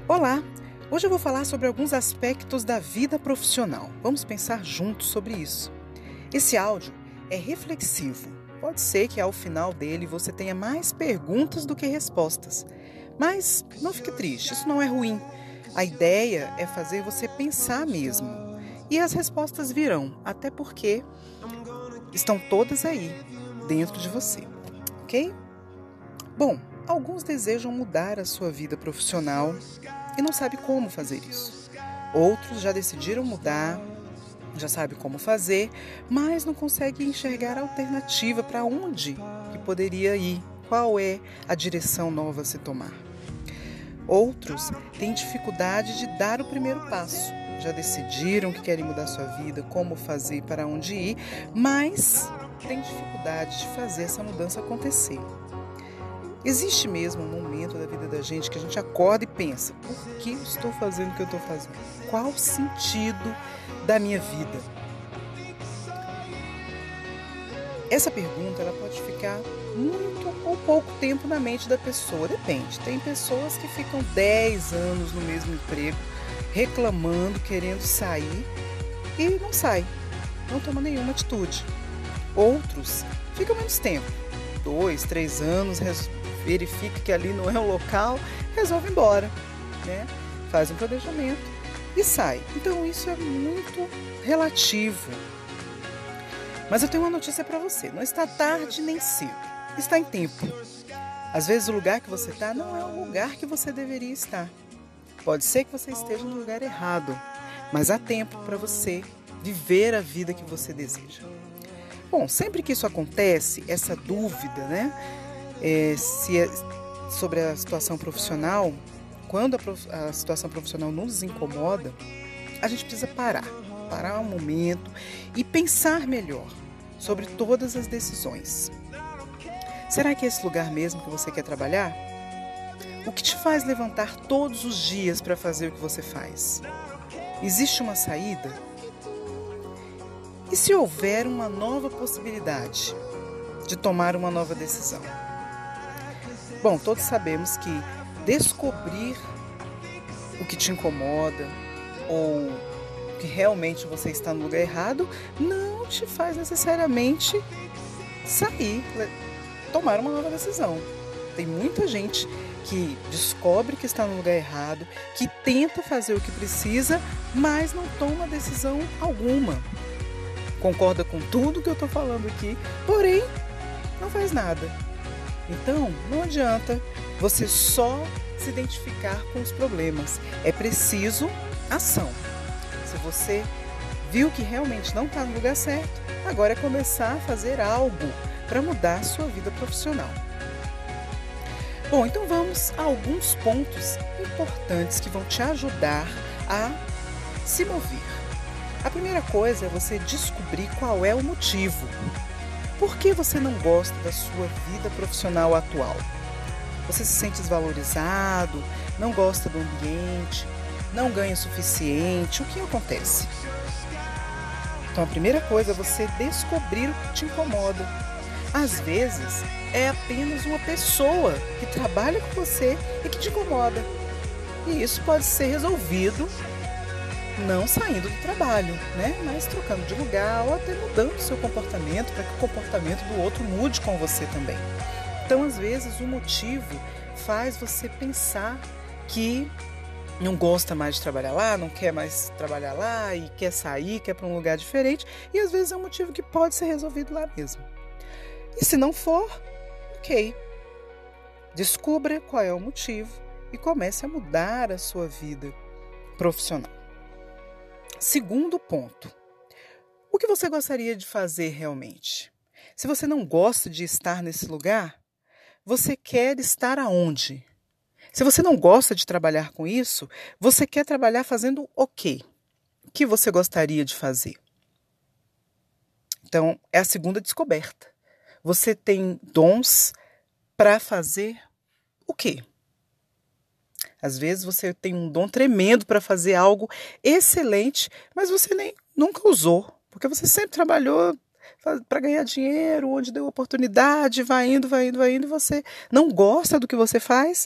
Olá! Hoje eu vou falar sobre alguns aspectos da vida profissional. Vamos pensar juntos sobre isso. Esse áudio é reflexivo. Pode ser que ao final dele você tenha mais perguntas do que respostas. Mas não fique triste, isso não é ruim. A ideia é fazer você pensar mesmo. E as respostas virão, até porque estão todas aí, dentro de você. Ok? Bom, alguns desejam mudar a sua vida profissional e não sabem como fazer isso. Outros já decidiram mudar, já sabem como fazer, mas não conseguem enxergar a alternativa para onde que poderia ir, qual é a direção nova a se tomar. Outros têm dificuldade de dar o primeiro passo. Já decidiram que querem mudar sua vida, como fazer, para onde ir, mas têm dificuldade de fazer essa mudança acontecer. Existe mesmo um momento da vida da gente que a gente acorda e pensa: por que eu estou fazendo o que eu estou fazendo? Qual o sentido da minha vida? Essa pergunta ela pode ficar muito ou pouco tempo na mente da pessoa, depende. Tem pessoas que ficam 10 anos no mesmo emprego, reclamando, querendo sair e não saem, não tomam nenhuma atitude. Outros ficam menos tempo, 2, 3 anos, verifica que ali não é o local, resolve ir embora, né? Faz um planejamento e sai. Então isso é muito relativo. Mas eu tenho uma notícia para você, não está tarde nem cedo, está em tempo. Às vezes o lugar que você está não é o lugar que você deveria estar. Pode ser que você esteja no lugar errado, mas há tempo para você viver a vida que você deseja. Bom, sempre que isso acontece, essa dúvida, né? Sobre a situação profissional, quando a situação profissional nos incomoda, a gente precisa parar um momento e pensar melhor sobre todas as decisões. Será que é esse lugar mesmo que você quer trabalhar? O que te faz levantar todos os dias para fazer o que você faz? Existe uma saída? E se houver uma nova possibilidade de tomar uma nova decisão? Bom, todos sabemos que descobrir o que te incomoda ou que realmente você está no lugar errado não te faz necessariamente sair, tomar uma nova decisão. Tem muita gente que descobre que está no lugar errado, que tenta fazer o que precisa, mas não toma decisão alguma. Concorda com tudo que eu estou falando aqui, porém não faz nada. Então, não adianta você só se identificar com os problemas. É preciso ação. Se você viu que realmente não está no lugar certo, agora é começar a fazer algo para mudar a sua vida profissional. Bom, então vamos a alguns pontos importantes que vão te ajudar a se mover. A primeira coisa é você descobrir qual é o motivo. Por que você não gosta da sua vida profissional atual? Você se sente desvalorizado, não gosta do ambiente, não ganha o suficiente? O que acontece? Então a primeira coisa é você descobrir o que te incomoda. Às vezes é apenas uma pessoa que trabalha com você e que te incomoda. E isso pode ser resolvido não saindo do trabalho, né? Mas trocando de lugar ou até mudando o seu comportamento para que o comportamento do outro mude com você também. Então, às vezes, o motivo faz você pensar que não gosta mais de trabalhar lá, não quer mais trabalhar lá e quer sair, quer para um lugar diferente. E às vezes é um motivo que pode ser resolvido lá mesmo. E se não for, ok. Descubra qual é o motivo e comece a mudar a sua vida profissional. Segundo ponto, o que você gostaria de fazer realmente? Se você não gosta de estar nesse lugar, você quer estar aonde? Se você não gosta de trabalhar com isso, você quer trabalhar fazendo o quê? O que você gostaria de fazer? Então, é a segunda descoberta. Você tem dons para fazer o quê? Às vezes você tem um dom tremendo para fazer algo excelente, mas você nunca usou, porque você sempre trabalhou para ganhar dinheiro, onde deu oportunidade, vai indo, e você não gosta do que você faz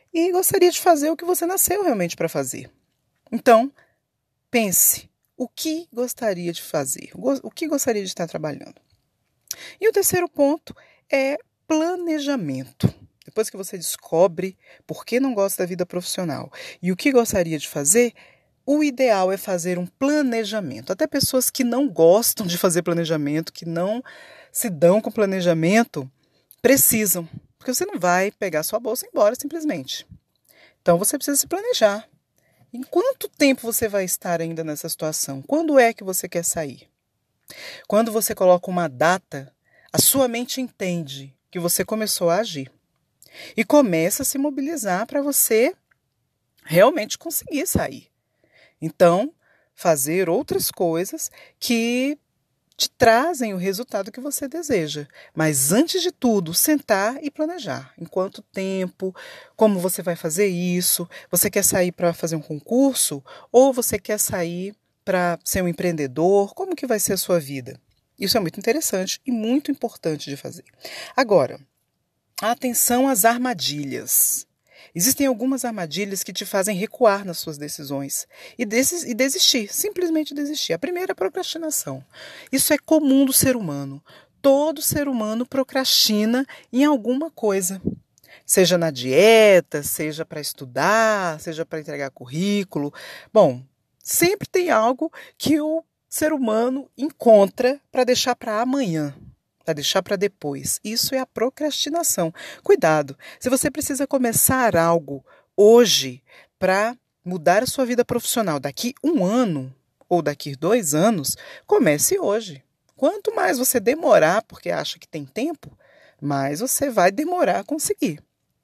e gostaria de fazer o que você nasceu realmente para fazer. Então, pense, o que gostaria de fazer? O que gostaria de estar trabalhando? E o terceiro ponto é planejamento. Depois que você descobre por que não gosta da vida profissional e o que gostaria de fazer, o ideal é fazer um planejamento. Até pessoas que não gostam de fazer planejamento, que não se dão com planejamento, precisam. Porque você não vai pegar sua bolsa e ir embora simplesmente. Então você precisa se planejar. Em quanto tempo você vai estar ainda nessa situação? Quando é que você quer sair? Quando você coloca uma data, a sua mente entende que você começou a agir. E começa a se mobilizar para você realmente conseguir sair. Então, fazer outras coisas que te trazem o resultado que você deseja. Mas, antes de tudo, sentar e planejar. Em quanto tempo, como você vai fazer isso? Você quer sair para fazer um concurso? Ou você quer sair para ser um empreendedor? Como que vai ser a sua vida? Isso é muito interessante e muito importante de fazer. Agora, atenção às armadilhas. Existem algumas armadilhas que te fazem recuar nas suas decisões e desistir, simplesmente desistir. A primeira é a procrastinação. Isso é comum do ser humano. Todo ser humano procrastina em alguma coisa. Seja na dieta, seja para estudar, seja para entregar currículo. Bom, sempre tem algo que o ser humano encontra para deixar para amanhã. Para deixar para depois. Isso é a procrastinação. Cuidado, se você precisa começar algo hoje para mudar a sua vida profissional daqui 1 ano ou daqui 2 anos, comece hoje. Quanto mais você demorar, porque acha que tem tempo, mais você vai demorar a conseguir.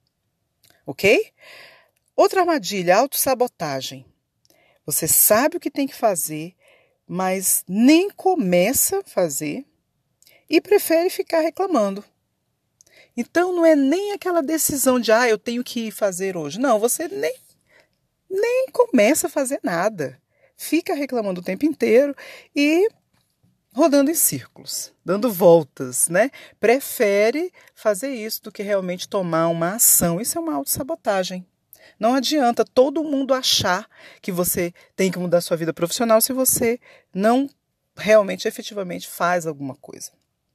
Ok? Outra armadilha, autossabotagem. Você sabe o que tem que fazer, mas nem começa a fazer e prefere ficar reclamando. Então não é nem aquela decisão de eu tenho que fazer hoje. Não, você nem começa a fazer nada. Fica reclamando o tempo inteiro e rodando em círculos, dando voltas, né? Prefere fazer isso do que realmente tomar uma ação. Isso é uma autossabotagem. Não adianta todo mundo achar que você tem que mudar sua vida profissional se você não realmente, efetivamente faz alguma coisa.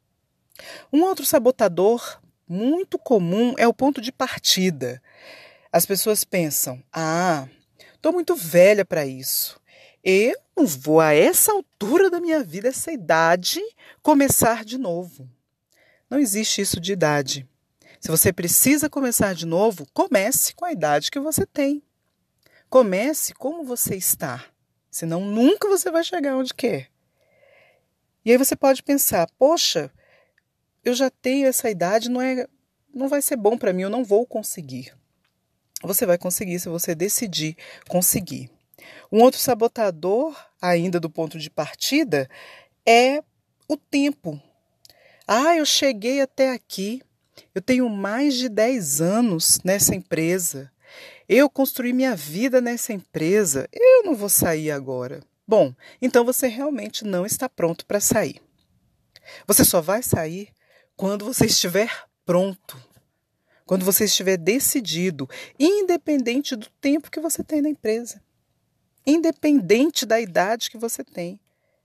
Um outro sabotador muito comum é o ponto de partida. As pessoas pensam, estou muito velha para isso. Eu não vou a essa altura da minha vida, essa idade, começar de novo. Não existe isso de idade. Se você precisa começar de novo, comece com a idade que você tem. Comece como você está. Senão nunca você vai chegar onde quer. E aí você pode pensar, poxa, eu já tenho essa idade, não vai ser bom para mim, eu não vou conseguir. Você vai conseguir se você decidir conseguir. Um outro sabotador, ainda do ponto de partida, é o tempo. Eu cheguei até aqui, eu tenho mais de 10 anos nessa empresa, eu construí minha vida nessa empresa, eu não vou sair agora. Bom, então você realmente não está pronto para sair. Você só vai sair quando você estiver pronto, quando você estiver decidido, independente do tempo que você tem na empresa, independente da idade que você tem.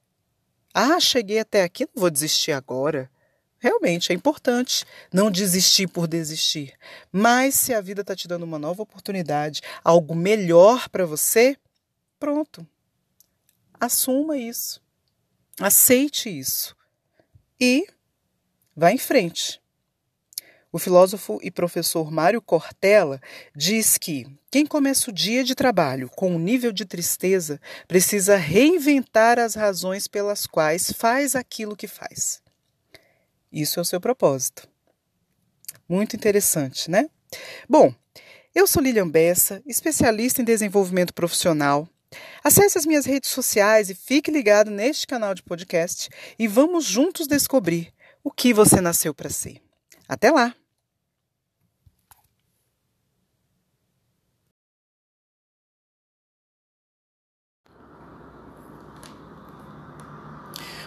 Cheguei até aqui, não vou desistir agora. Realmente é importante não desistir por desistir. Mas se a vida está te dando uma nova oportunidade, algo melhor para você, pronto. Assuma isso. Aceite isso. E vá em frente. O filósofo e professor Mário Cortella diz que quem começa o dia de trabalho com um nível de tristeza precisa reinventar as razões pelas quais faz aquilo que faz. Isso é o seu propósito. Muito interessante, né? Bom, eu sou Lilian Bessa, especialista em desenvolvimento profissional. Acesse as minhas redes sociais e fique ligado neste canal de podcast e vamos juntos descobrir o que você nasceu para ser. Até lá!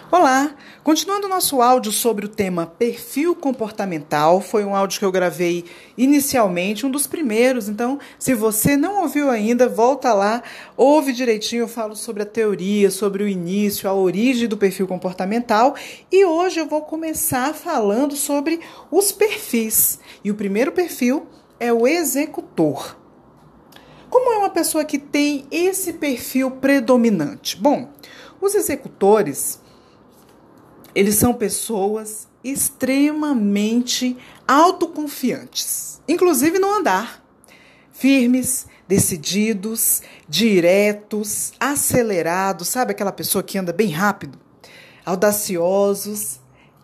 Olá! Continuando o nosso áudio sobre o tema perfil comportamental, foi um áudio que eu gravei inicialmente, um dos primeiros, então se você não ouviu ainda, volta lá, ouve direitinho, eu falo sobre a teoria, sobre o início, a origem do perfil comportamental e hoje eu vou começar falando sobre os perfis. E o primeiro perfil é o executor. Como é uma pessoa que tem esse perfil predominante? Bom, os executores, eles são pessoas extremamente autoconfiantes, inclusive no andar. Firmes, decididos, diretos, acelerados, sabe aquela pessoa que anda bem rápido? Audaciosos,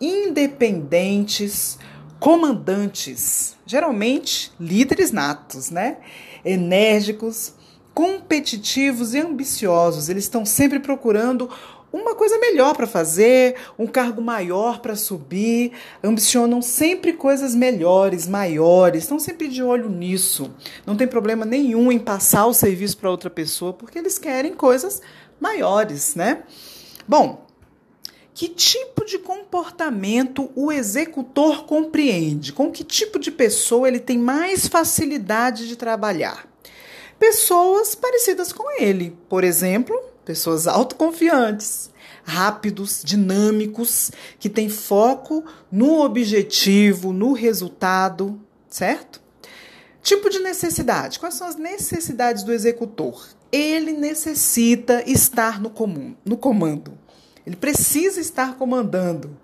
independentes, comandantes, geralmente líderes natos, né? Enérgicos, competitivos e ambiciosos. Eles estão sempre procurando uma coisa melhor para fazer, um cargo maior para subir, ambicionam sempre coisas melhores, maiores, estão sempre de olho nisso. Não tem problema nenhum em passar o serviço para outra pessoa, porque eles querem coisas maiores, né? Bom, que tipo de comportamento o executor compreende? Com que tipo de pessoa ele tem mais facilidade de trabalhar? Pessoas parecidas com ele, por exemplo, pessoas autoconfiantes, rápidos, dinâmicos, que têm foco no objetivo, no resultado, certo? Tipo de necessidade. Quais são as necessidades do executor? Ele necessita estar no comando. Ele precisa estar comandando.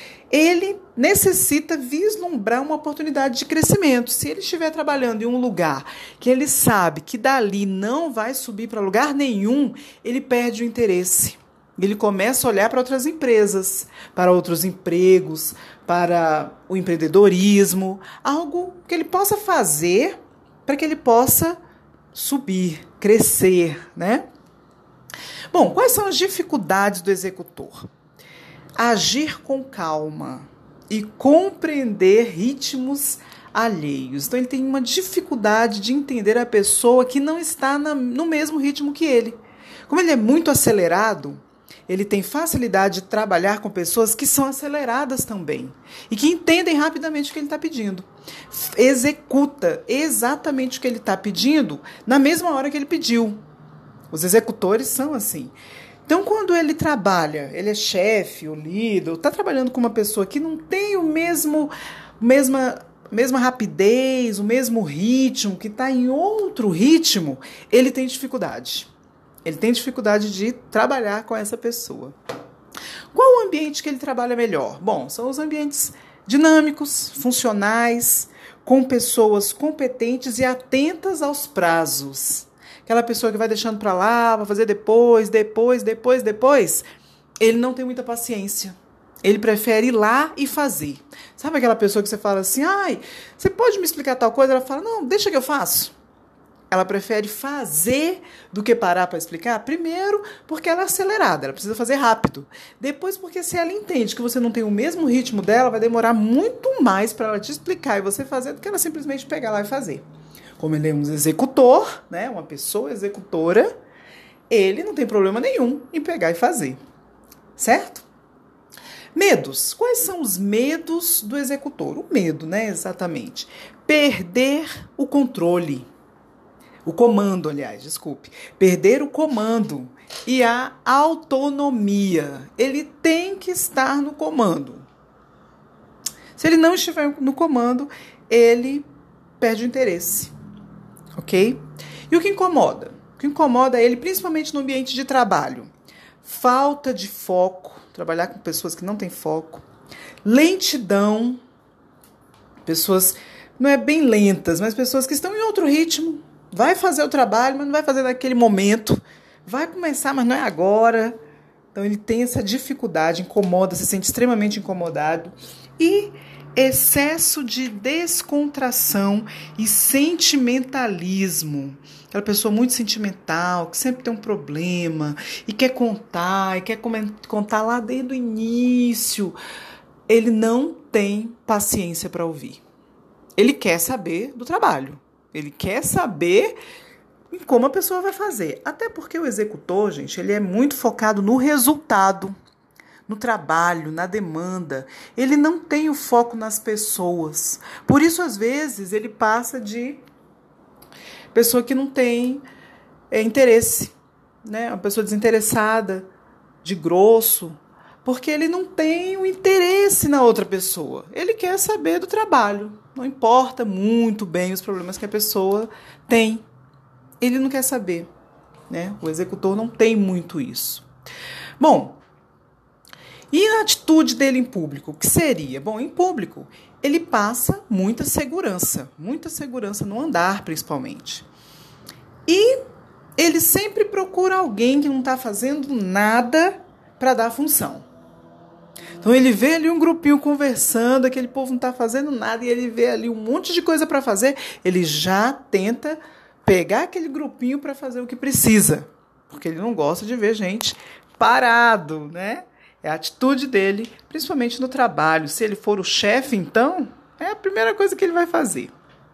Ele necessita vislumbrar uma oportunidade de crescimento. Se ele estiver trabalhando em um lugar que ele sabe que dali não vai subir para lugar nenhum, ele perde o interesse. Ele começa a olhar para outras empresas, para outros empregos, para o empreendedorismo, algo que ele possa fazer para que ele possa subir, crescer, né? Bom, quais são as dificuldades do executor? Agir com calma e compreender ritmos alheios. Então, ele tem uma dificuldade de entender a pessoa que não está no mesmo ritmo que ele. Como ele é muito acelerado, ele tem facilidade de trabalhar com pessoas que são aceleradas também e que entendem rapidamente o que ele está pedindo. Executa exatamente o que ele está pedindo na mesma hora que ele pediu. Os executores são assim. Então, quando ele trabalha, ele é chefe ou líder, está trabalhando com uma pessoa que não tem mesma rapidez, o mesmo ritmo, que está em outro ritmo, ele tem dificuldade. Ele tem dificuldade de trabalhar com essa pessoa. Qual o ambiente que ele trabalha melhor? Bom, são os ambientes dinâmicos, funcionais, com pessoas competentes e atentas aos prazos. Aquela pessoa que vai deixando para lá, vai fazer depois, ele não tem muita paciência. Ele prefere ir lá e fazer. Sabe aquela pessoa que você fala assim, você pode me explicar tal coisa? Ela fala, não, deixa que eu faço. Ela prefere fazer do que parar para explicar. Primeiro, porque ela é acelerada, ela precisa fazer rápido. Depois, porque se ela entende que você não tem o mesmo ritmo dela, vai demorar muito mais para ela te explicar e você fazer do que ela simplesmente pegar lá e fazer. Como ele é um executor, né, uma pessoa executora, ele não tem problema nenhum em pegar e fazer. Certo? Medos. Quais são os medos do executor? O medo, né, exatamente. Perder o controle. O comando, aliás, desculpe. Perder o comando e a autonomia. Ele tem que estar no comando. Se ele não estiver no comando, ele perde o interesse. Ok? E o que incomoda? O que incomoda ele, principalmente no ambiente de trabalho? Falta de foco, trabalhar com pessoas que não têm foco. Lentidão, pessoas, não é bem lentas, mas pessoas que estão em outro ritmo. Vai fazer o trabalho, mas não vai fazer naquele momento. Vai começar, mas não é agora. Então ele tem essa dificuldade, incomoda, se sente extremamente incomodado. E excesso de descontração e sentimentalismo. Aquela pessoa muito sentimental, que sempre tem um problema e quer contar contar lá desde o início. Ele não tem paciência para ouvir. Ele quer saber do trabalho. Ele quer saber em como a pessoa vai fazer. Até porque o executor, gente, ele é muito focado no resultado. no trabalho, na demanda. Ele não tem o foco nas pessoas. Por isso, às vezes, ele passa de pessoa que não tem interesse, né? Uma pessoa desinteressada, de grosso, porque ele não tem o interesse na outra pessoa. Ele quer saber do trabalho. Não importa muito bem os problemas que a pessoa tem. Ele não quer saber, né? O executor não tem muito isso. Bom, e a atitude dele em público? O que seria? Bom, em público, ele passa muita segurança no andar, principalmente. E ele sempre procura alguém que não está fazendo nada para dar função. Então ele vê ali um grupinho conversando, aquele povo não está fazendo nada, e ele vê ali um monte de coisa para fazer, ele já tenta pegar aquele grupinho para fazer o que precisa, porque ele não gosta de ver gente parado, né? É a atitude dele, principalmente no trabalho. Se ele for o chefe, então, é a primeira coisa que ele vai fazer.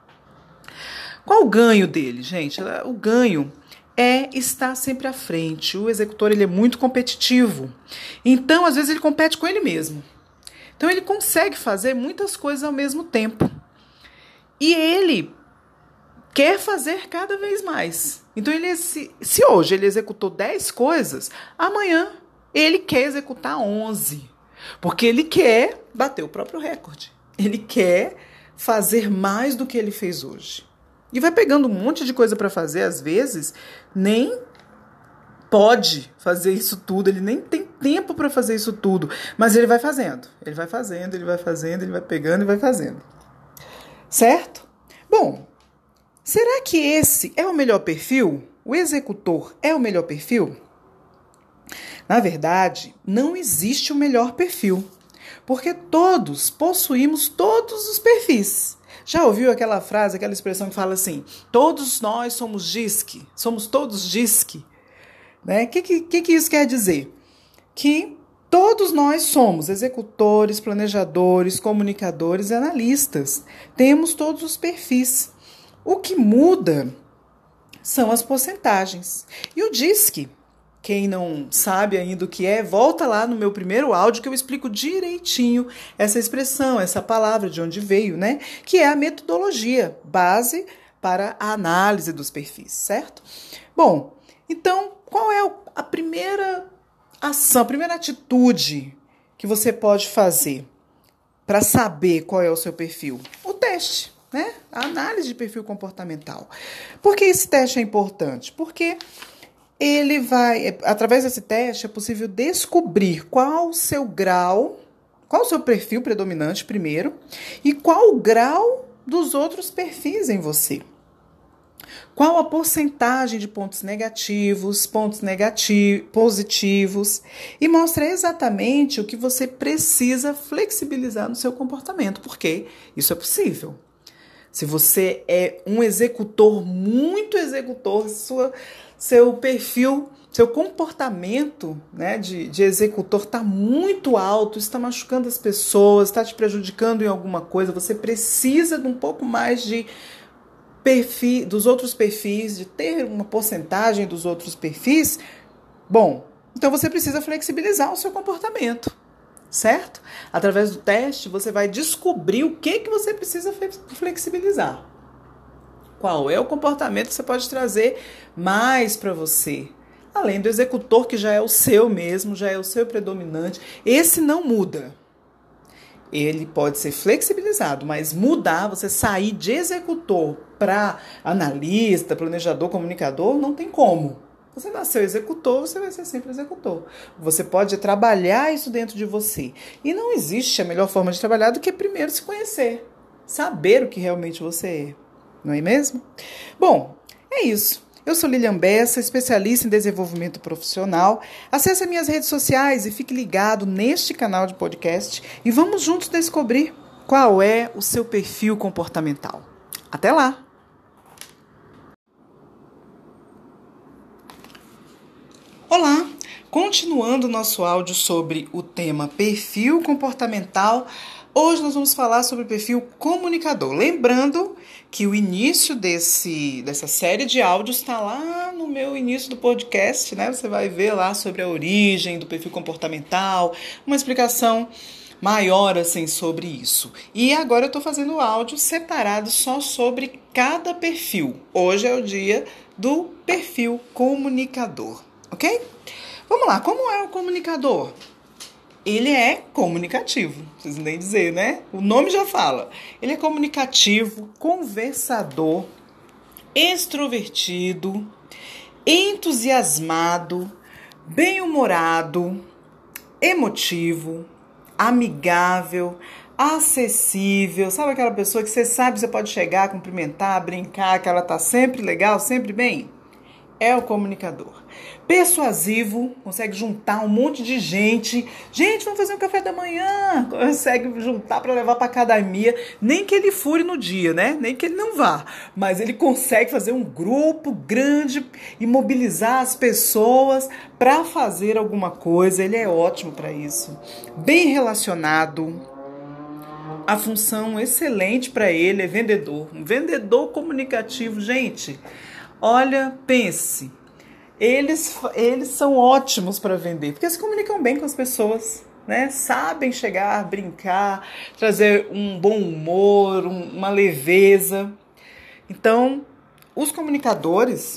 Qual o ganho dele, gente? O ganho é estar sempre à frente. O executor, ele é muito competitivo. Então, às vezes, ele compete com ele mesmo. Então, ele consegue fazer muitas coisas ao mesmo tempo. E ele quer fazer cada vez mais. Então, se hoje ele executou 10 coisas, amanhã ele quer executar 11. Porque ele quer bater o próprio recorde. Ele quer fazer mais do que ele fez hoje. E vai pegando um monte de coisa para fazer, às vezes, nem pode fazer isso tudo, ele nem tem tempo para fazer isso tudo, mas ele vai fazendo, ele vai pegando e vai fazendo. Certo? Bom, será que esse é o melhor perfil? O executor é o melhor perfil? Na verdade, não existe o melhor perfil, porque todos possuímos todos os perfis. Já ouviu aquela frase, aquela expressão que fala assim, todos nós somos DISC, somos todos DISC? Né? Que isso quer dizer? Que todos nós somos executores, planejadores, comunicadores e analistas. Temos todos os perfis. O que muda são as porcentagens. E o DISC, quem não sabe ainda o que é, volta lá no meu primeiro áudio que eu explico direitinho essa expressão, essa palavra, de onde veio, né? Que é a metodologia, base para a análise dos perfis, certo? Bom, então, qual é a primeira ação, a primeira atitude que você pode fazer para saber qual é o seu perfil? O teste, né? A análise de perfil comportamental. Por que esse teste é importante? Porque ele vai, através desse teste, é possível descobrir qual o seu grau, qual o seu perfil predominante primeiro e qual o grau dos outros perfis em você. Qual a porcentagem de pontos negativos, positivos, e mostra exatamente o que você precisa flexibilizar no seu comportamento, porque isso é possível. Se você é um executor, muito executor, seu perfil, seu comportamento, né, de executor está muito alto, está machucando as pessoas, está te prejudicando em alguma coisa, você precisa de um pouco mais de perfil, dos outros perfis, de ter uma porcentagem dos outros perfis, bom, então você precisa flexibilizar o seu comportamento, certo? Através do teste, você vai descobrir o que você precisa flexibilizar. Qual é o comportamento que você pode trazer mais para você? Além do executor, que já é o seu mesmo, já é o seu predominante. Esse não muda. Ele pode ser flexibilizado, mas mudar, você sair de executor para analista, planejador, comunicador, não tem como. Você nasceu executor, você vai ser sempre executor. Você pode trabalhar isso dentro de você. E não existe a melhor forma de trabalhar do que primeiro se conhecer. Saber o que realmente você é. Não é mesmo? Bom, é isso. Eu sou Lilian Bessa, especialista em desenvolvimento profissional. Acesse as minhas redes sociais e fique ligado neste canal de podcast e vamos juntos descobrir qual é o seu perfil comportamental. Até lá! Olá! Continuando o nosso áudio sobre o tema perfil comportamental Hoje nós vamos falar sobre o perfil comunicador. Lembrando que o início dessa série de áudios está lá no meu início do podcast, né? Você vai ver lá sobre a origem do perfil comportamental, uma explicação maior assim sobre isso. E agora eu estou fazendo áudios separados só sobre cada perfil. Hoje é o dia do perfil comunicador, ok? Vamos lá, como é o comunicador? Ele é comunicativo, não preciso nem dizer, né? O nome já fala. Ele é comunicativo, conversador, extrovertido, entusiasmado, bem-humorado, emotivo, amigável, acessível. Sabe aquela pessoa que você sabe que você pode chegar, cumprimentar, brincar, que ela tá sempre legal, sempre bem? É o comunicador. Persuasivo, consegue juntar um monte de gente. Gente, vamos fazer um café da manhã. Consegue juntar para levar para academia. Nem que ele fure no dia, né? Nem que ele não vá. Mas ele consegue fazer um grupo grande e mobilizar as pessoas para fazer alguma coisa. Ele é ótimo para isso. Bem relacionado. A função excelente para ele é vendedor. Um vendedor comunicativo, gente. Olha, pense, eles são ótimos para vender, porque se comunicam bem com as pessoas, né? Sabem chegar, brincar, trazer um bom humor, uma leveza. Então, os comunicadores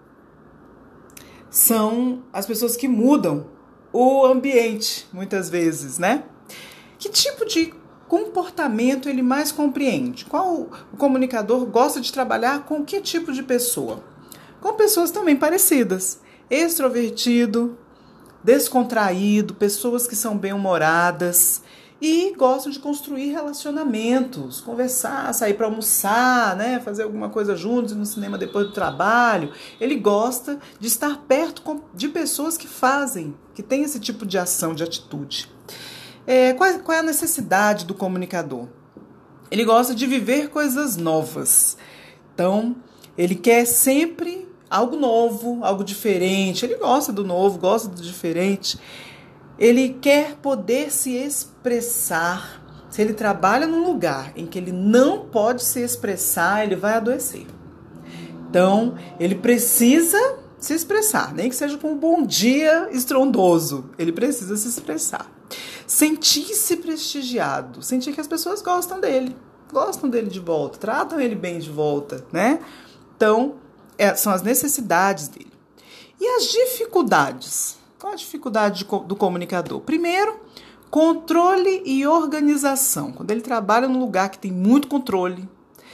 são as pessoas que mudam o ambiente, muitas vezes, né? Que tipo de comportamento ele mais compreende? Qual o comunicador gosta de trabalhar com que tipo de pessoa? Com pessoas também parecidas, extrovertido, descontraído, pessoas que são bem-humoradas e gostam de construir relacionamentos, conversar, sair para almoçar, né, fazer alguma coisa juntos, ir no cinema depois do trabalho. Ele gosta de estar perto de pessoas que fazem, que têm esse tipo de ação, de atitude. Qual é a necessidade do comunicador? Ele gosta de viver coisas novas. Então, ele quer sempre algo novo, algo diferente. Ele gosta do novo, gosta do diferente. Ele quer poder se expressar. Se ele trabalha num lugar em que ele não pode se expressar, ele vai adoecer. Então, ele precisa se expressar, nem que seja com um bom dia estrondoso. Ele precisa se expressar. Sentir-se prestigiado, sentir que as pessoas gostam dele de volta, tratam ele bem de volta, né? Então, são as necessidades dele. E as dificuldades? Qual a dificuldade do comunicador? Primeiro, controle e organização. Quando ele trabalha num lugar que tem muito controle,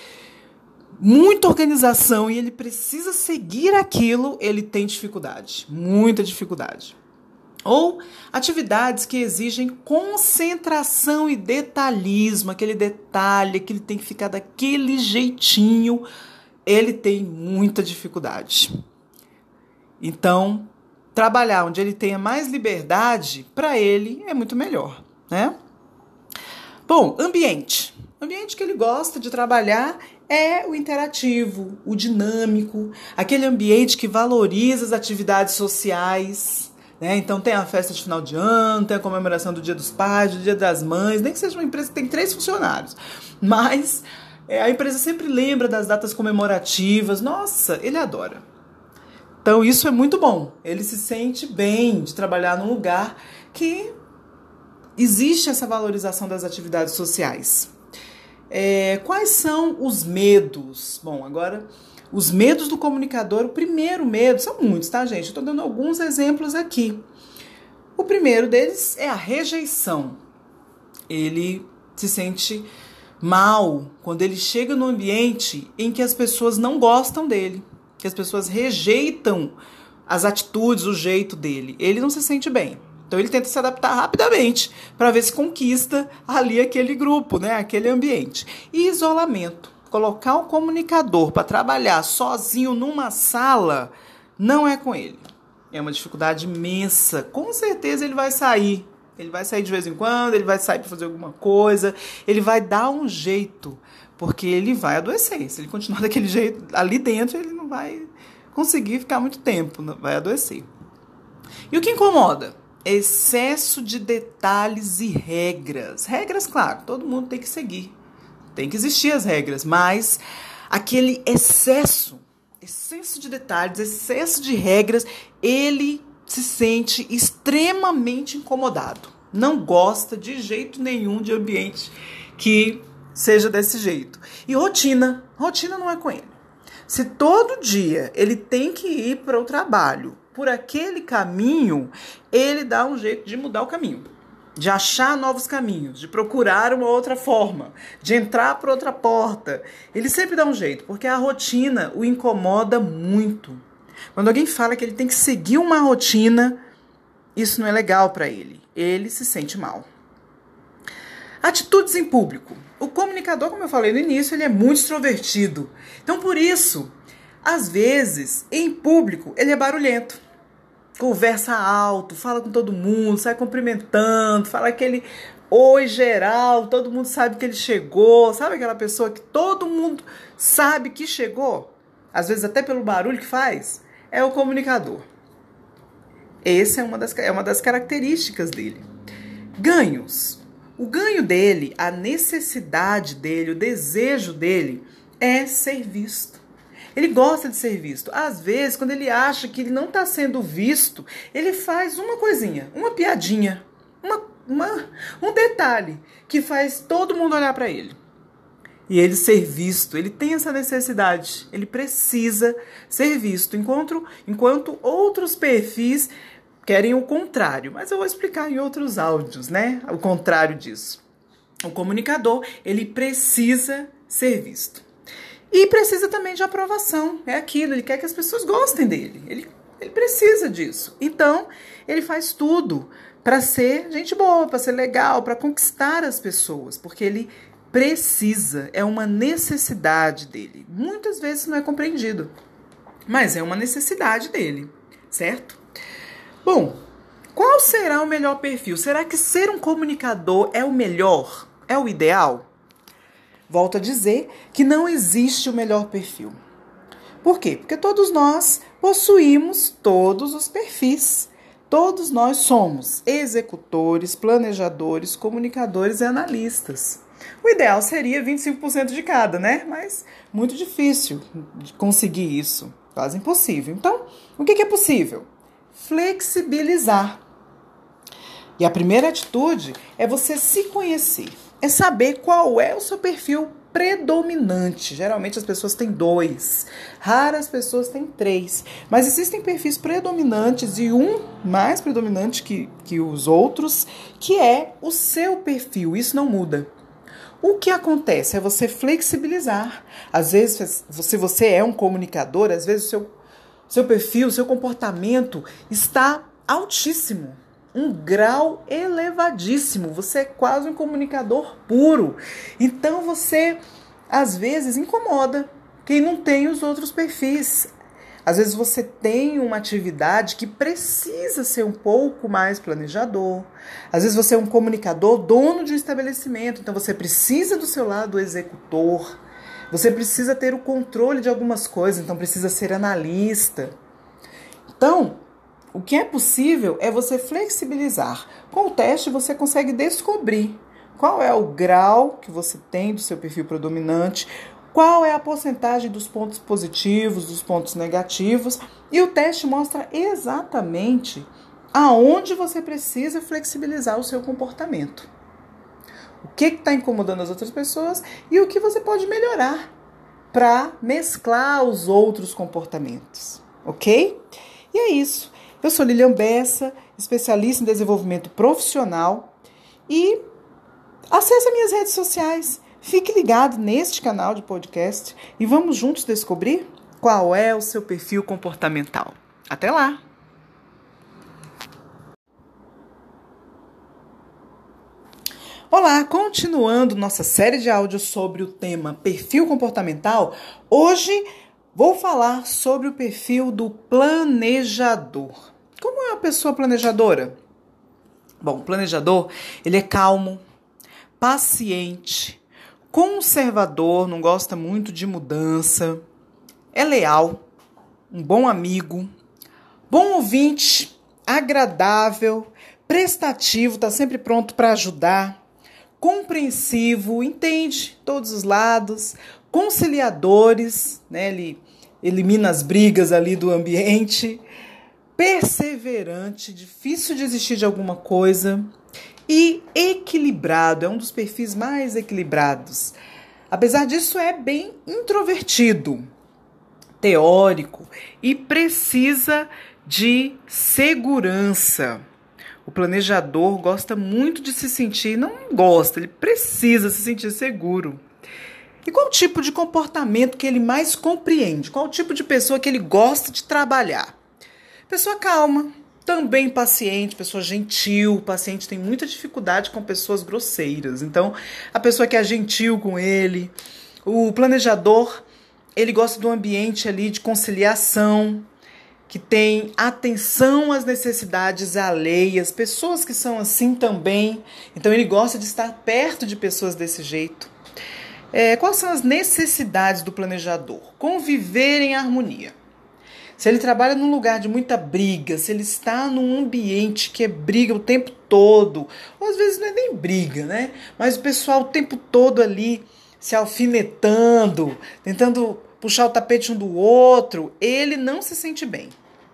muita organização e ele precisa seguir aquilo, ele tem dificuldade, muita dificuldade. Ou atividades que exigem concentração e detalhismo, aquele detalhe que ele tem que ficar daquele jeitinho, ele tem muita dificuldade. Então, trabalhar onde ele tenha mais liberdade, para ele é muito melhor, né? Bom, ambiente. O ambiente que ele gosta de trabalhar é o interativo, o dinâmico, aquele ambiente que valoriza as atividades sociais. Então tem a festa de final de ano, tem a comemoração do Dia dos Pais, do Dia das Mães, nem que seja uma empresa que tem 3 funcionários, mas a empresa sempre lembra das datas comemorativas. Nossa, ele adora. Então isso é muito bom, ele se sente bem de trabalhar num lugar que existe essa valorização das atividades sociais. Quais são os medos? Bom, agora... Os medos do comunicador, o primeiro medo, são muitos, tá, gente? Eu estou dando alguns exemplos aqui. O primeiro deles é a rejeição. Ele se sente mal quando ele chega num ambiente em que as pessoas não gostam dele, que as pessoas rejeitam as atitudes, o jeito dele. Ele não se sente bem. Então ele tenta se adaptar rapidamente para ver se conquista ali aquele grupo, né, aquele ambiente. E isolamento. Colocar um comunicador para trabalhar sozinho numa sala não é com ele. É uma dificuldade imensa. Com certeza ele vai sair. Ele vai sair de vez em quando, ele vai sair para fazer alguma coisa. Ele vai dar um jeito, porque ele vai adoecer. Se ele continuar daquele jeito ali dentro, ele não vai conseguir ficar muito tempo, vai adoecer. E o que incomoda? excesso de detalhes e regras. Regras, claro, todo mundo tem que seguir. Tem que existir as regras, mas aquele excesso de detalhes, excesso de regras, ele se sente extremamente incomodado. Não gosta de jeito nenhum de ambiente que seja desse jeito. E rotina não é com ele. Se todo dia ele tem que ir para o trabalho por aquele caminho, ele dá um jeito de mudar o caminho, de achar novos caminhos, de procurar uma outra forma, de entrar por outra porta. Ele sempre dá um jeito, porque a rotina o incomoda muito. Quando alguém fala que ele tem que seguir uma rotina, isso não é legal para ele. Ele se sente mal. Atitudes em público. O comunicador, como eu falei no início, ele é muito extrovertido. Então, por isso, às vezes, em público, ele é barulhento. Conversa alto, fala com todo mundo, sai cumprimentando, fala aquele oi geral, todo mundo sabe que ele chegou. Sabe aquela pessoa que todo mundo sabe que chegou? Às vezes até pelo barulho que faz. É o comunicador. Essa é uma das características dele. Ganhos. O ganho dele, a necessidade dele, o desejo dele é ser visto. Ele gosta de ser visto. Às vezes, quando ele acha que ele não está sendo visto, ele faz uma coisinha, uma piadinha, um detalhe que faz todo mundo olhar para ele. E ele ser visto, ele tem essa necessidade, ele precisa ser visto, enquanto outros perfis querem o contrário. Mas eu vou explicar em outros áudios, né? O contrário disso. O comunicador, ele precisa ser visto. E precisa também de aprovação. É aquilo, ele quer que as pessoas gostem dele. Ele precisa disso. Então, ele faz tudo para ser gente boa, para ser legal, para conquistar as pessoas. Porque ele precisa, é uma necessidade dele. Muitas vezes não é compreendido, mas é uma necessidade dele, certo? Bom, qual será o melhor perfil? Será que ser um comunicador é o melhor? É o ideal? Volto a dizer que não existe o melhor perfil. Por quê? Porque todos nós possuímos todos os perfis. Todos nós somos executores, planejadores, comunicadores e analistas. O ideal seria 25% de cada, né? Mas muito difícil de conseguir isso. Quase impossível. Então, o que é possível? Flexibilizar. E a primeira atitude é você se conhecer. É saber qual é o seu perfil predominante. Geralmente as pessoas têm 2, raras pessoas têm 3. Mas existem perfis predominantes e um mais predominante que os outros, que é o seu perfil. Isso não muda. O que acontece é você flexibilizar. Às vezes, se você é um comunicador, às vezes o seu perfil, o seu comportamento está altíssimo. Um grau elevadíssimo. Você é quase um comunicador puro. Então você, às vezes, incomoda quem não tem os outros perfis. Às vezes você tem uma atividade que precisa ser um pouco mais planejador. Às vezes você é um comunicador, dono de um estabelecimento. Então você precisa do seu lado executor. Você precisa ter o controle de algumas coisas. Então precisa ser analista. Então, o que é possível é você flexibilizar. Com o teste você consegue descobrir qual é o grau que você tem do seu perfil predominante, qual é a porcentagem dos pontos positivos, dos pontos negativos, e o teste mostra exatamente aonde você precisa flexibilizar o seu comportamento. O que está incomodando as outras pessoas e o que você pode melhorar para mesclar os outros comportamentos, ok? E é isso. Eu sou Lilian Bessa, especialista em desenvolvimento profissional, e acesse as minhas redes sociais. Fique ligado neste canal de podcast e vamos juntos descobrir qual é o seu perfil comportamental. Até lá! Olá, continuando nossa série de áudios sobre o tema perfil comportamental, hoje vou falar sobre o perfil do planejador. Como é uma pessoa planejadora? Bom, o planejador, ele é calmo, paciente, conservador, não gosta muito de mudança, é leal, um bom amigo, bom ouvinte, agradável, prestativo, está sempre pronto para ajudar, compreensivo, entende todos os lados, conciliadores, né? Ele elimina as brigas ali do ambiente, perseverante, difícil de desistir de alguma coisa e equilibrado, é um dos perfis mais equilibrados. Apesar disso, é bem introvertido, teórico e precisa de segurança. O planejador gosta muito de se sentir, não gosta, ele precisa se sentir seguro. E qual o tipo de comportamento que ele mais compreende? Qual o tipo de pessoa que ele gosta de trabalhar? Pessoa calma, também paciente, pessoa gentil. O paciente tem muita dificuldade com pessoas grosseiras. Então, a pessoa que é gentil com ele. O planejador, ele gosta de um ambiente ali de conciliação, que tem atenção às necessidades alheias. Pessoas que são assim também. Então, ele gosta de estar perto de pessoas desse jeito. Quais são as necessidades do planejador? Conviver em harmonia. Se ele trabalha num lugar de muita briga, se ele está num ambiente que é briga o tempo todo, ou às vezes não é nem briga, né? Mas o pessoal o tempo todo ali se alfinetando, tentando puxar o tapete um do outro, ele não se sente bem.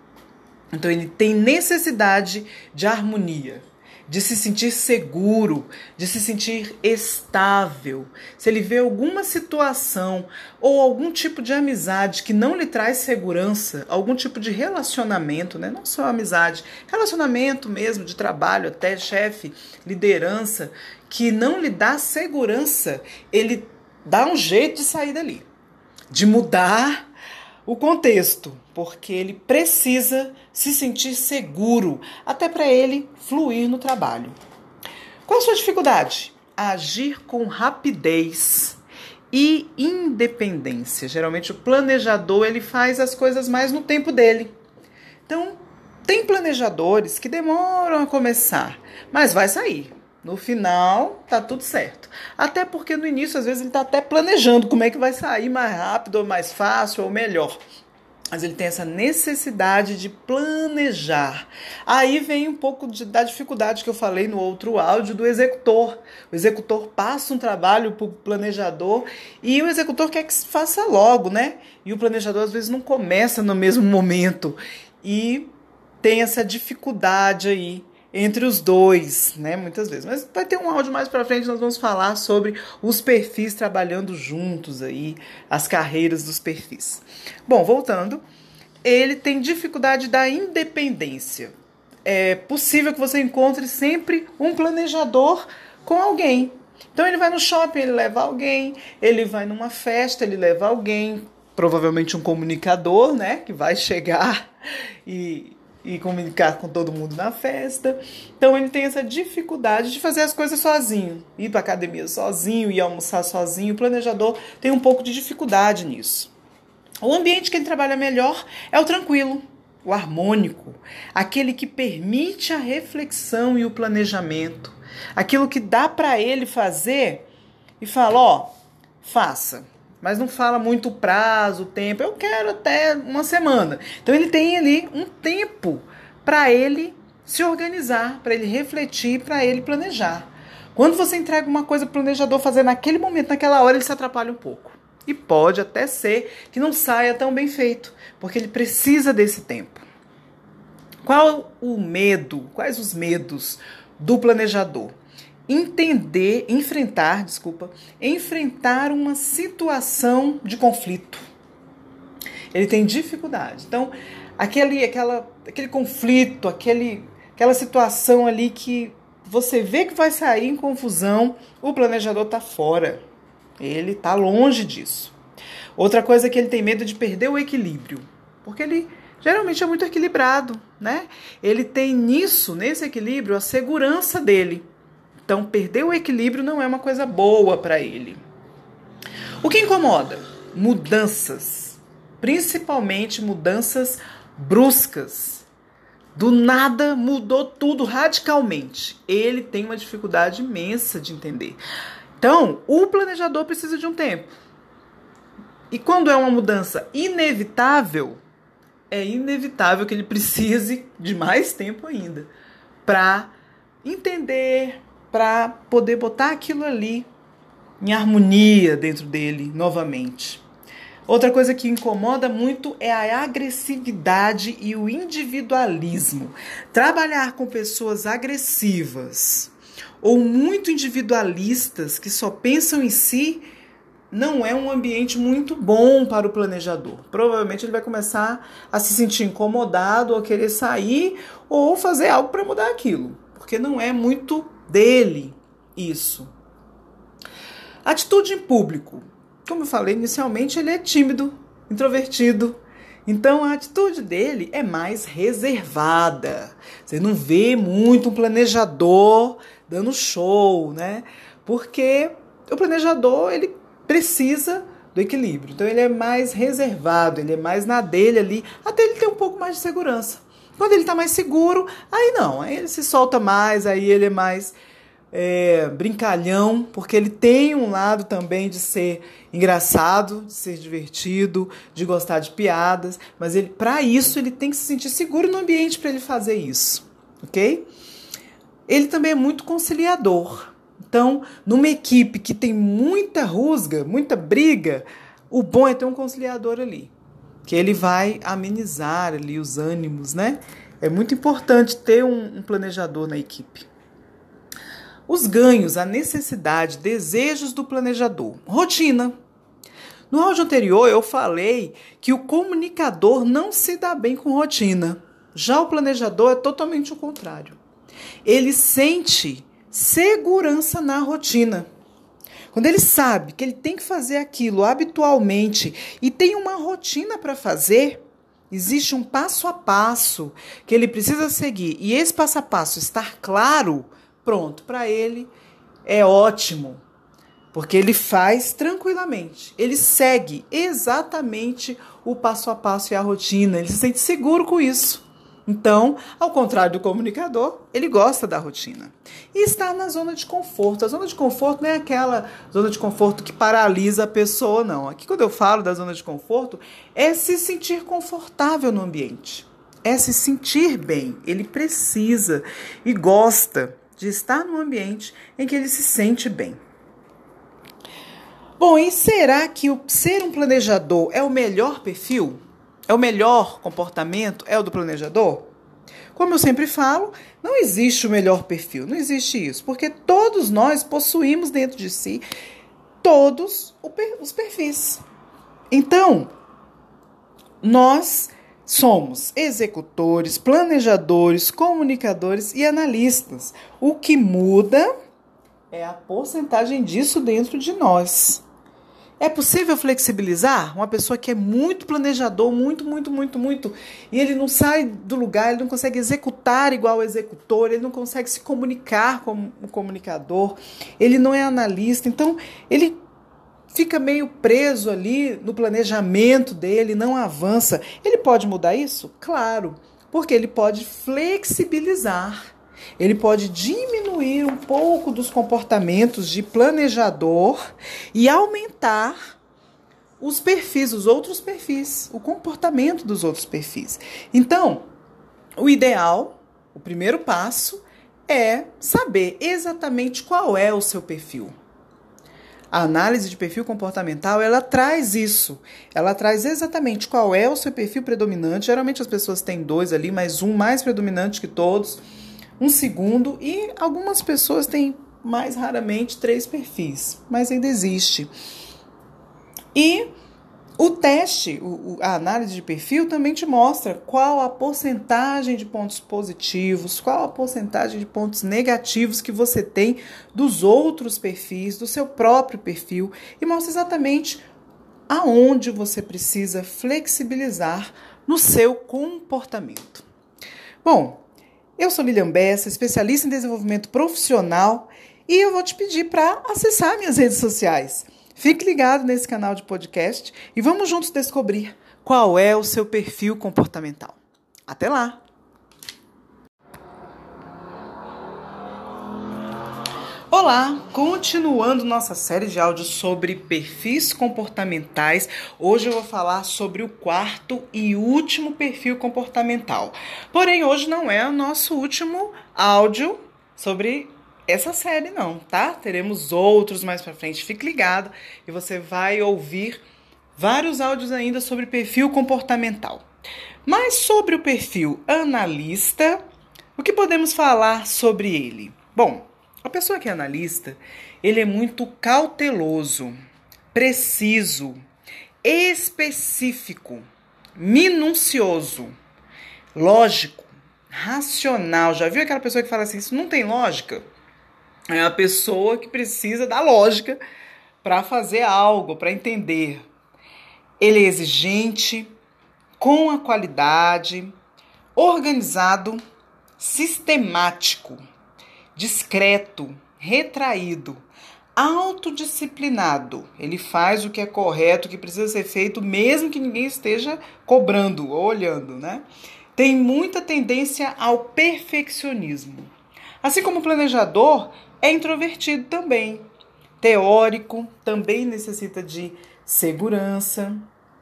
Então ele tem necessidade de harmonia, de se sentir seguro, de se sentir estável. Se ele vê alguma situação ou algum tipo de amizade que não lhe traz segurança, algum tipo de relacionamento, né? Não só amizade, relacionamento mesmo, de trabalho, até chefe, liderança, que não lhe dá segurança, ele dá um jeito de sair dali, de mudar o contexto, porque ele precisa se sentir seguro, até para ele fluir no trabalho. Qual a sua dificuldade? Agir com rapidez e independência. Geralmente o planejador ele faz as coisas mais no tempo dele. Então, tem planejadores que demoram a começar, mas vai sair. No final, tá tudo certo. Até porque no início, às vezes, ele tá até planejando como é que vai sair mais rápido, ou mais fácil, ou melhor. Mas ele tem essa necessidade de planejar. Aí vem um pouco da dificuldade que eu falei no outro áudio do executor. O executor passa um trabalho para o planejador e o executor quer que se faça logo, né? E o planejador, às vezes, não começa no mesmo momento. E tem essa dificuldade aí entre os dois, né, muitas vezes. Mas vai ter um áudio mais pra frente, nós vamos falar sobre os perfis trabalhando juntos aí, as carreiras dos perfis. Bom, voltando, ele tem dificuldade da independência. É possível que você encontre sempre um planejador com alguém. Então ele vai no shopping, ele leva alguém, ele vai numa festa, ele leva alguém, provavelmente um comunicador, né, que vai chegar e comunicar com todo mundo na festa. Então ele tem essa dificuldade de fazer as coisas sozinho, ir para academia sozinho, ir almoçar sozinho. O planejador tem um pouco de dificuldade nisso. O ambiente que ele trabalha melhor é o tranquilo, o harmônico, aquele que permite a reflexão e o planejamento, aquilo que dá para ele fazer e fala, faça. Mas não fala muito o prazo, o tempo. Eu quero até uma semana. Então ele tem ali um tempo para ele se organizar, para ele refletir, para ele planejar. Quando você entrega uma coisa para o planejador fazer naquele momento, naquela hora, ele se atrapalha um pouco. E pode até ser que não saia tão bem feito, porque ele precisa desse tempo. Quais os medos do planejador? Enfrentar uma situação de conflito. Ele tem dificuldade. Então, aquele conflito, aquela situação ali que você vê que vai sair em confusão, o planejador está fora. Ele está longe disso. Outra coisa é que ele tem medo de perder o equilíbrio, porque ele geralmente é muito equilibrado, né? Ele tem nesse equilíbrio, a segurança dele. Então, perder o equilíbrio não é uma coisa boa para ele. O que incomoda? Mudanças. Principalmente mudanças bruscas. Do nada mudou tudo radicalmente. Ele tem uma dificuldade imensa de entender. Então, o planejador precisa de um tempo. E quando é uma mudança inevitável, é inevitável que ele precise de mais tempo ainda para entender, para poder botar aquilo ali em harmonia dentro dele novamente. Outra coisa que incomoda muito é a agressividade e o individualismo. Trabalhar com pessoas agressivas ou muito individualistas que só pensam em si não é um ambiente muito bom para o planejador. Provavelmente ele vai começar a se sentir incomodado ou querer sair ou fazer algo para mudar aquilo, porque não é muito dele isso. Atitude em público. Como eu falei inicialmente, ele é tímido, introvertido. Então a atitude dele é mais reservada. Você não vê muito um planejador dando show, né? Porque o planejador, ele precisa do equilíbrio. Então ele é mais reservado, ele é mais na dele ali, até ele ter um pouco mais de segurança. Quando ele está mais seguro, aí não, aí ele se solta mais, aí ele é mais brincalhão, porque ele tem um lado também de ser engraçado, de ser divertido, de gostar de piadas, mas para isso ele tem que se sentir seguro no ambiente para ele fazer isso, ok? Ele também é muito conciliador. Então, numa equipe que tem muita rusga, muita briga, o bom é ter um conciliador ali, que ele vai amenizar ali os ânimos, né? É muito importante ter um planejador na equipe. Os ganhos, a necessidade, desejos do planejador. Rotina. No áudio anterior eu falei que o comunicador não se dá bem com rotina. Já o planejador é totalmente o contrário. Ele sente segurança na rotina. Quando ele sabe que ele tem que fazer aquilo habitualmente e tem uma rotina para fazer, existe um passo a passo que ele precisa seguir e esse passo a passo estar claro, pronto, para ele é ótimo, porque ele faz tranquilamente, ele segue exatamente o passo a passo e a rotina, ele se sente seguro com isso. Então, ao contrário do comunicador, ele gosta da rotina. E está na zona de conforto. A zona de conforto não é aquela zona de conforto que paralisa a pessoa, não. Aqui, quando eu falo da zona de conforto, é se sentir confortável no ambiente. É se sentir bem. Ele precisa e gosta de estar num ambiente em que ele se sente bem. Bom, e será que o ser um planejador é o melhor perfil? É o melhor comportamento? É o do planejador? Como eu sempre falo, não existe o melhor perfil, não existe isso, porque todos nós possuímos dentro de si todos os perfis. Então, nós somos executores, planejadores, comunicadores e analistas. O que muda é a porcentagem disso dentro de nós. É possível flexibilizar uma pessoa que é muito planejador, muito, e ele não sai do lugar, ele não consegue executar igual o executor, ele não consegue se comunicar como um comunicador, ele não é analista, então ele fica meio preso ali no planejamento dele, não avança. Ele pode mudar isso? Claro, porque ele pode flexibilizar. Ele pode diminuir um pouco dos comportamentos de planejador e aumentar os perfis, os outros perfis, o comportamento dos outros perfis. Então, o ideal, o primeiro passo, é saber exatamente qual é o seu perfil. A análise de perfil comportamental, ela traz isso. Ela traz exatamente qual é o seu perfil predominante. Geralmente as pessoas têm 2 ali, mas um mais predominante que todos. Um segundo, e algumas pessoas têm mais raramente 3 perfis, mas ainda existe. E o teste, a análise de perfil também te mostra qual a porcentagem de pontos positivos, qual a porcentagem de pontos negativos que você tem dos outros perfis, do seu próprio perfil, e mostra exatamente aonde você precisa flexibilizar no seu comportamento. Bom, eu sou Lilian Bessa, especialista em desenvolvimento profissional, e eu vou te pedir para acessar minhas redes sociais. Fique ligado nesse canal de podcast e vamos juntos descobrir qual é o seu perfil comportamental. Até lá! Olá, continuando nossa série de áudios sobre perfis comportamentais, hoje eu vou falar sobre o 4º e último perfil comportamental. Porém, hoje não é o nosso último áudio sobre essa série não, tá? Teremos outros mais pra frente. Fique ligado e você vai ouvir vários áudios ainda sobre perfil comportamental. Mas sobre o perfil analista, o que podemos falar sobre ele? Bom, a pessoa que é analista, ele é muito cauteloso, preciso, específico, minucioso, lógico, racional. Já viu aquela pessoa que fala assim, isso não tem lógica? É a pessoa que precisa da lógica para fazer algo, para entender. Ele é exigente, com a qualidade, organizado, sistemático, discreto, retraído, autodisciplinado. Ele faz o que é correto, o que precisa ser feito, mesmo que ninguém esteja cobrando ou olhando, né? Tem muita tendência ao perfeccionismo. Assim como o planejador, é introvertido também. Teórico, também necessita de segurança.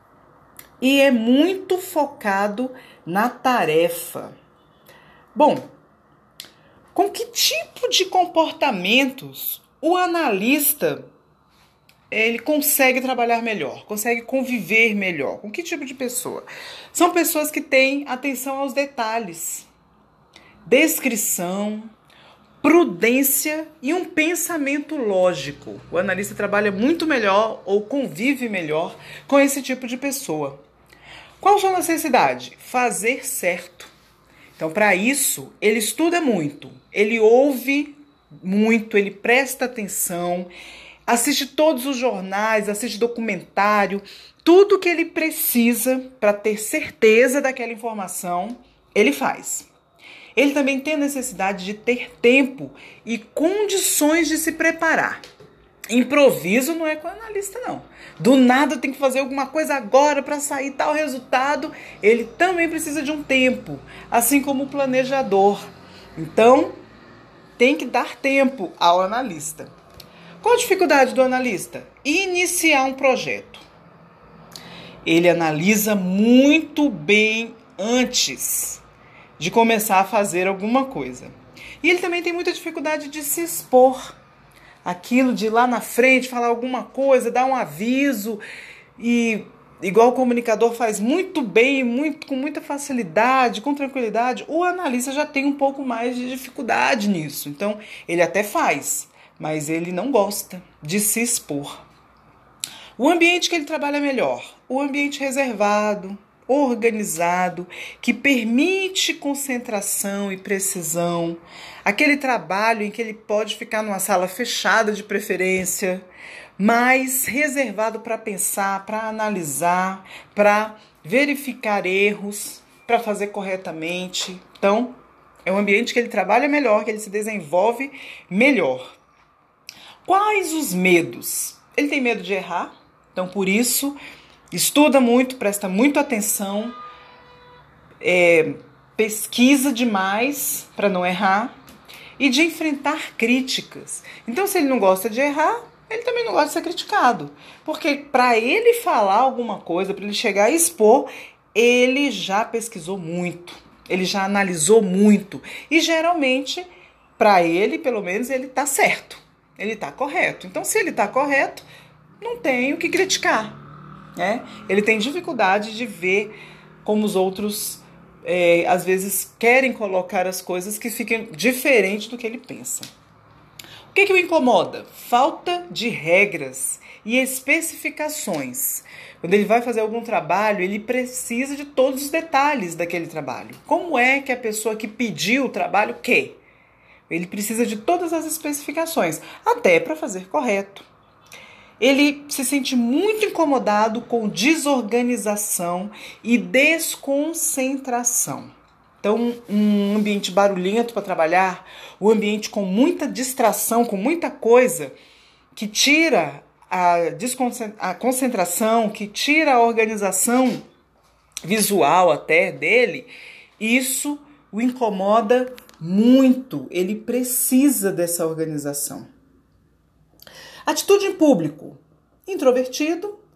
E é muito focado na tarefa. Bom, com que tipo de comportamentos o analista ele consegue trabalhar melhor, consegue conviver melhor? Com que tipo de pessoa? São pessoas que têm atenção aos detalhes, descrição, prudência e um pensamento lógico. O analista trabalha muito melhor ou convive melhor com esse tipo de pessoa. Qual a sua necessidade? Fazer certo. Então, para isso, ele estuda muito, ele ouve muito, ele presta atenção, assiste todos os jornais, assiste documentário, tudo que ele precisa para ter certeza daquela informação, ele faz. Ele também tem a necessidade de ter tempo e condições de se preparar. Improviso não é com o analista, não. Do nada tem que fazer alguma coisa agora para sair tal resultado. Ele também precisa de um tempo, assim como o planejador. Então, tem que dar tempo ao analista. Qual a dificuldade do analista? Iniciar um projeto. Ele analisa muito bem antes de começar a fazer alguma coisa. E ele também tem muita dificuldade de se expor. Aquilo de ir lá na frente, falar alguma coisa, dar um aviso. E igual o comunicador faz muito bem, com muita facilidade, com tranquilidade, o analista já tem um pouco mais de dificuldade nisso. Então, ele até faz, mas ele não gosta de se expor. O ambiente que ele trabalha melhor, o ambiente reservado, organizado, que permite concentração e precisão, aquele trabalho em que ele pode ficar numa sala fechada de preferência, mas reservado para pensar, para analisar, para verificar erros, para fazer corretamente. Então, é um ambiente que ele trabalha melhor, que ele se desenvolve melhor. Quais os medos? Ele tem medo de errar, então por isso estuda muito, presta muita atenção, pesquisa demais para não errar e de enfrentar críticas. Então, se ele não gosta de errar, ele também não gosta de ser criticado. Porque para ele falar alguma coisa, para ele chegar e expor, ele já pesquisou muito, ele já analisou muito. E geralmente, para ele, pelo menos, ele está certo, ele está correto. Então, se ele está correto, não tem o que criticar. Ele tem dificuldade de ver como os outros, às vezes, querem colocar as coisas que fiquem diferente do que ele pensa. O que o incomoda? Falta de regras e especificações. Quando ele vai fazer algum trabalho, ele precisa de todos os detalhes daquele trabalho. Como é que a pessoa que pediu o trabalho quer? Ele precisa de todas as especificações, até para fazer correto. Ele se sente muito incomodado com desorganização e desconcentração. Então, um ambiente barulhento para trabalhar, um ambiente com muita distração, com muita coisa, que tira a concentração, que tira a organização visual até dele, isso o incomoda muito. Ele precisa dessa organização. Atitude em público. Introvertido,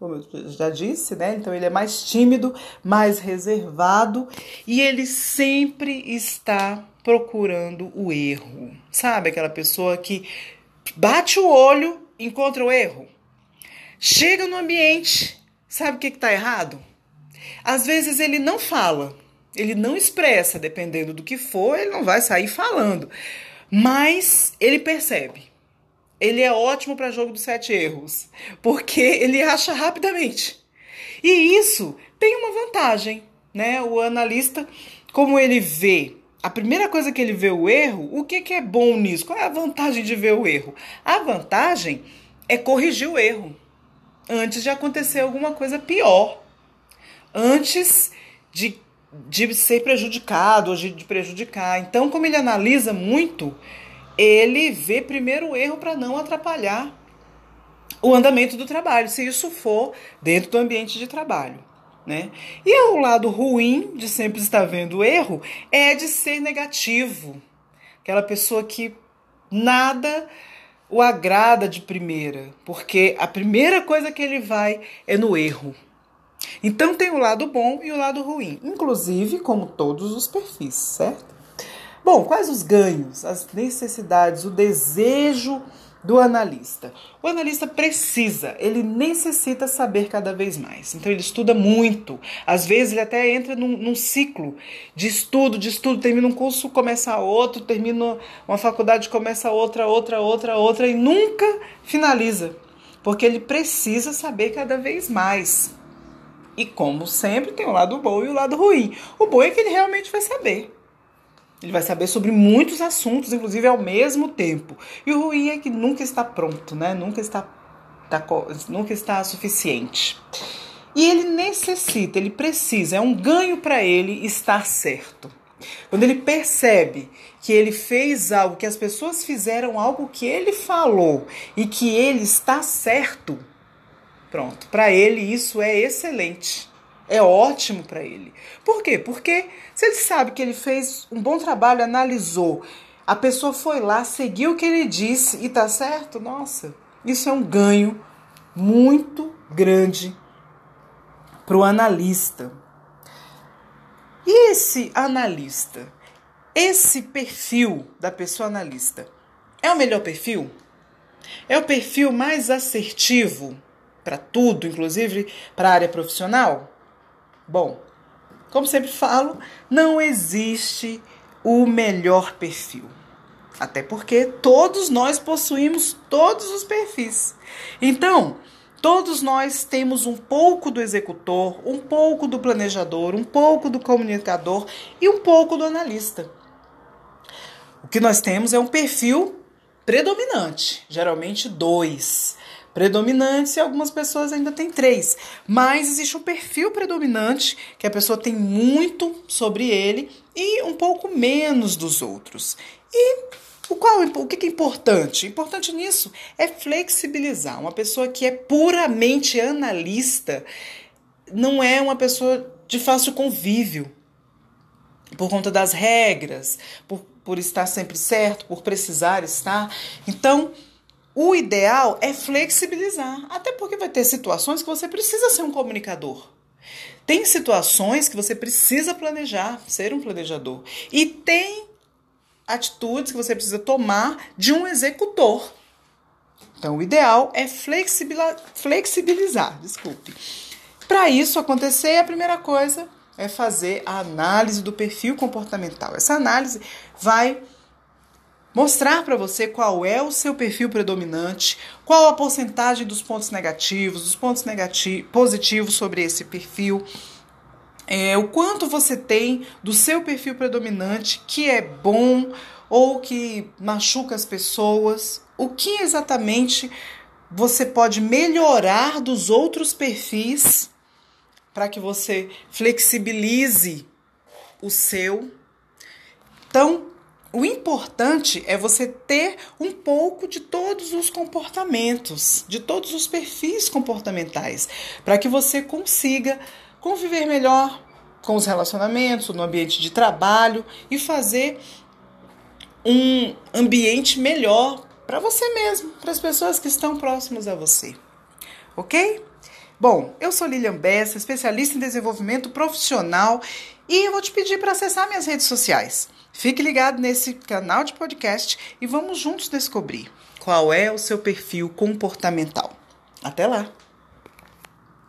como eu já disse, né? Então ele é mais tímido, mais reservado e ele sempre está procurando o erro. Sabe aquela pessoa que bate o olho, encontra o erro? Chega no ambiente, sabe o que está errado? Às vezes ele não fala, ele não expressa, dependendo do que for, ele não vai sair falando. Mas ele percebe. Ele é ótimo para jogo dos 7 erros, porque ele acha rapidamente. E isso tem uma vantagem, né? O analista, como ele vê, a primeira coisa que ele vê o erro, o que é bom nisso? Qual é a vantagem de ver o erro? A vantagem é corrigir o erro antes de acontecer alguma coisa pior. Antes de ser prejudicado ou de prejudicar. Então, como ele analisa muito, ele vê primeiro o erro para não atrapalhar o andamento do trabalho, se isso for dentro do ambiente de trabalho, né? E o lado ruim de sempre estar vendo o erro é de ser negativo. Aquela pessoa que nada o agrada de primeira, porque a primeira coisa que ele vai é no erro. Então tem o lado bom e o lado ruim, inclusive como todos os perfis, certo? Bom, quais os ganhos, as necessidades, o desejo do analista? O analista ele necessita saber cada vez mais. Então ele estuda muito. Às vezes ele até entra num ciclo de estudo, termina um curso, começa outro, termina uma faculdade, começa outra, e nunca finaliza. Porque ele precisa saber cada vez mais. E como sempre, tem o lado bom e o lado ruim. O bom é que ele realmente vai saber. Ele vai saber sobre muitos assuntos, inclusive ao mesmo tempo. E o ruim é que nunca está pronto, né? Nunca está suficiente. E ele precisa, é um ganho para ele estar certo. Quando ele percebe que ele fez algo, que as pessoas fizeram algo que ele falou e que ele está certo, pronto, para ele isso é excelente. É ótimo para ele. Por quê? Porque se ele sabe que ele fez um bom trabalho, analisou, a pessoa foi lá, seguiu o que ele disse e tá certo, nossa, isso é um ganho muito grande para o analista. E esse analista, esse perfil da pessoa analista, é o melhor perfil? É o perfil mais assertivo para tudo, inclusive para a área profissional? Bom, como sempre falo, não existe o melhor perfil. Até porque todos nós possuímos todos os perfis. Então, todos nós temos um pouco do executor, um pouco do planejador, um pouco do comunicador e um pouco do analista. O que nós temos é um perfil predominante, geralmente 2. Predominantes e algumas pessoas ainda têm 3. Mas existe um perfil predominante que a pessoa tem muito sobre ele e um pouco menos dos outros. E o que é importante? Importante nisso é flexibilizar. Uma pessoa que é puramente analista não é uma pessoa de fácil convívio. Por conta das regras, por estar sempre certo, por precisar estar. Então, o ideal é flexibilizar, até porque vai ter situações que você precisa ser um comunicador. Tem situações que você precisa planejar, ser um planejador. E tem atitudes que você precisa tomar de um executor. Então, o ideal é flexibilizar. Para isso acontecer, a primeira coisa é fazer a análise do perfil comportamental. Essa análise vai mostrar para você qual é o seu perfil predominante, qual a porcentagem dos pontos negativos, positivos sobre esse perfil, o quanto você tem do seu perfil predominante que é bom ou que machuca as pessoas, o que exatamente você pode melhorar dos outros perfis para que você flexibilize o seu. Então, o importante é você ter um pouco de todos os comportamentos, de todos os perfis comportamentais, para que você consiga conviver melhor com os relacionamentos, no ambiente de trabalho e fazer um ambiente melhor para você mesmo, para as pessoas que estão próximas a você. Ok? Bom, eu sou Lilian Bessa, especialista em desenvolvimento profissional, e eu vou te pedir para acessar minhas redes sociais. Fique ligado nesse canal de podcast e vamos juntos descobrir qual é o seu perfil comportamental. Até lá!